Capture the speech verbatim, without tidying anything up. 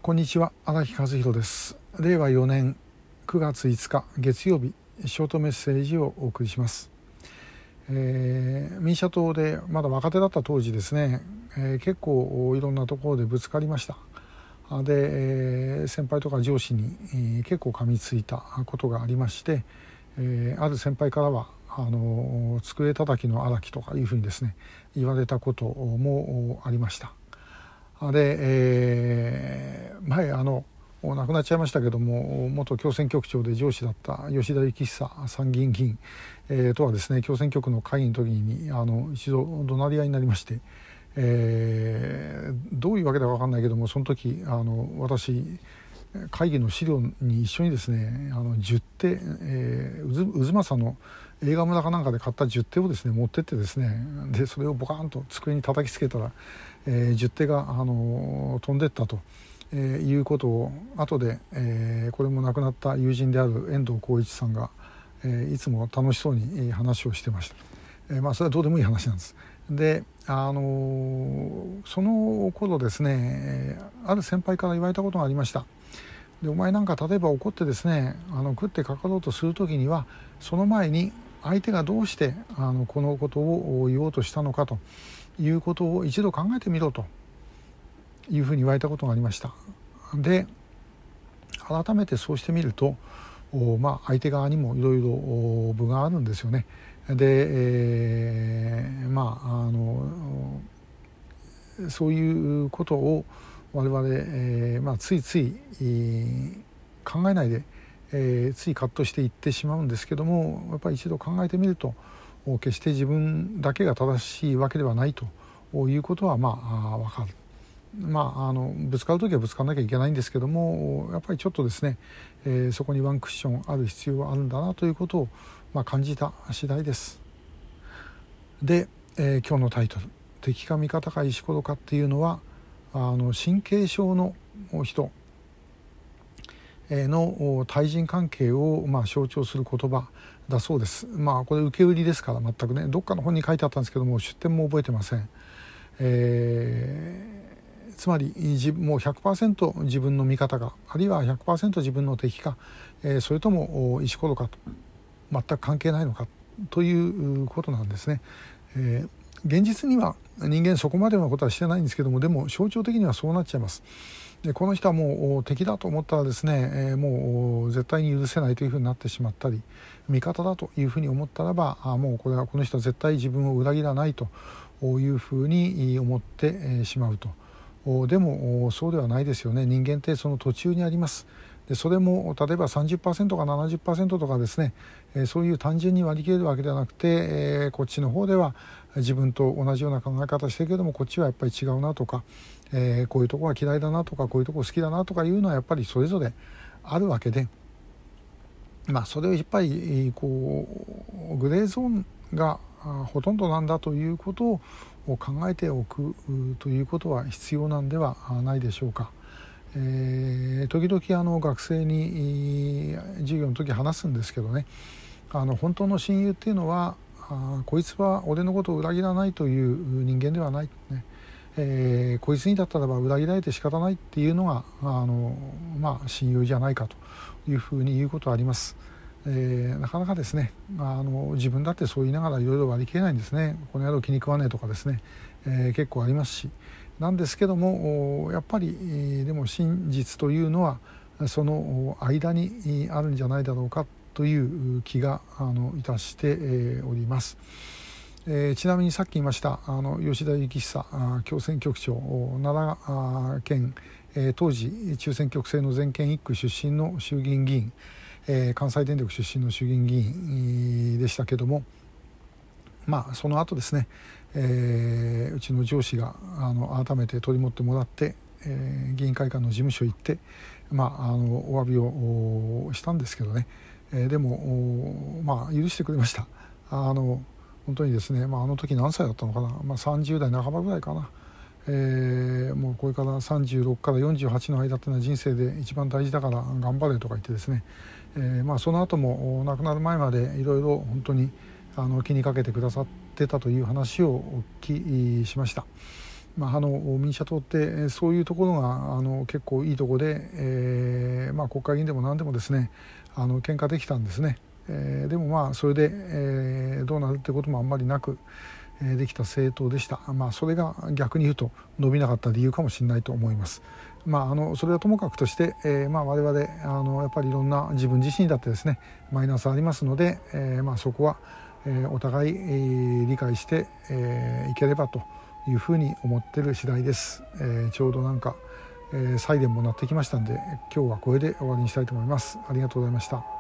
こんにちは、荒木和弘です。れいわよねんくがついつか月曜日、ショートメッセージをお送りします。えー、民社党でまだ若手だった当時ですね、えー、結構いろんなところでぶつかりました。で、えー、先輩とか上司に、えー、結構噛みついたことがありまして、えー、ある先輩からはあの机叩きの荒木とかいうふうにですね言われたこともありました。で、えー、前あの亡くなっちゃいましたけども、元共選局長で上司だった吉田幸久参議院議員、えー、とはですね、共選局の会議の時にあの一度怒鳴り合いになりまして、えー、どういうわけだか分かんないけども、その時あの私会議の資料に一緒にですねあのじゅってん、えー、渦政の映画村かなんかで買ったじゅってんをですね持ってってですね、でそれをボカーンと机に叩きつけたら、えー、じゅってんが、あのー、飛んでったと、えー、いうことを後で、えー、これも亡くなった友人である遠藤浩一さんが、えー、いつも楽しそうに話をしてました。えー、まあそれはどうでもいい話なんです。で、あのー、その頃ですねある先輩から言われたことがありました。でお前なんか例えば怒ってですねあの食ってかかろうとする時には、その前に相手がどうしてあのこのことを言おうとしたのかということを一度考えてみろというふうに言われたことがありました。で改めてそうしてみると、まあ、相手側にもいろいろ分があるんですよね。で、えー、まああのそういうことを我々、えーまあ、ついつい、えー、考えないで、えー、ついカットしていってしまうんですけども、やっぱり一度考えてみると決して自分だけが正しいわけではないということはまあ分かる。まあ、あのぶつかるときはぶつからなきゃいけないんですけども、やっぱりちょっとですね、えー、そこにワンクッションある必要はあるんだなということを、まあ、感じた次第です。で、えー、今日のタイトル「敵か味方か石ころか」っていうのはあの神経症の人の対人関係をまあ象徴する言葉だそうです。まあこれ受け売りですから全くね、どっかの本に書いてあったんですけども出典も覚えてません。えーつまりもう ひゃくパーセント 自分の味方か、あるいは ひゃくパーセント 自分の敵か、えー、それとも石ころかと全く関係ないのかということなんですね。えー、現実には人間そこまでのことはしてないんですけども、でも象徴的にはそうなっちゃいます。でこの人はもう敵だと思ったらですね、えー、もう絶対に許せないというふうになってしまったり、味方だというふうに思ったらば、あもうこれはこの人は絶対自分を裏切らないというふうに思ってしまうと。でもそうではないですよね。人間ってその途中にあります。でそれも例えば さんじゅっパーセント か ななじゅっパーセント とかですね、えー、そういう単純に割り切れるわけではなくて、えー、こっちの方では自分と同じような考え方してるけども、こっちはやっぱり違うなとか、えー、こういうとこは嫌いだなとか、こういうとこ好きだなとかいうのはやっぱりそれぞれあるわけで、まあそれをやっぱりこうグレーゾーンがほとんどなんだということを考えておくということは必要なんではないでしょうか。えー、時々あの学生に授業の時話すんですけどね、あの本当の親友っていうのはあこいつは俺のことを裏切らないという人間ではない、ねえー、こいつにだったらば裏切られて仕方ないっていうのがあの、まあ、親友じゃないかというふうに言うことはあります。えー、なかなかですねあの自分だってそう言いながらいろいろ割り切れないんですね。この野郎気に食わねえとかですね、えー、結構ありますし、なんですけどもやっぱり、えー、でも真実というのはその間にあるんじゃないだろうかという気があのいたして、えー、おります。えー、ちなみにさっき言いましたあの吉田幸久共選局長、奈良県、えー、当時中選挙区制の全県一区出身の衆議院議員、えー、関西電力出身の衆議院議員でしたけども、まあその後ですね、えー、うちの上司があの改めて取り持ってもらって、えー、議員会館の事務所行って、まあ、あのお詫びをしたんですけどね、えー、でもまあ許してくれました。あの本当にですね、まあ、あの時何歳だったのかな、まあ、さんじゅうだいなかばぐらいかな、えー、もうこれからさんじゅうろくからよんじゅうはちの間っていうのは人生で一番大事だから頑張れとか言ってですね、えーまあ、その後も亡くなる前までいろいろ本当にあの気にかけてくださってたという話をお聞きしました。 まあ、あの民社党ってそういうところがあの結構いいところで、えーまあ、国会議員でも何でもですねあの喧嘩できたんですね。えー、でもまあそれで、えー、どうなるってこともあんまりなく、えー、できた政党でした。まあ、それが逆に言うと伸びなかった理由かもしれないと思います。まあ、あのそれはともかくとして、えーまあ、我々あのやっぱりいろんな自分自身だってですねマイナスありますので、えーまあ、そこは、えー、お互い、えー、理解して、えー、いければというふうに思っている次第です。えー、ちょうどなんか、えー、サイレンも鳴ってきましたんで今日はこれで終わりにしたいと思います。ありがとうございました。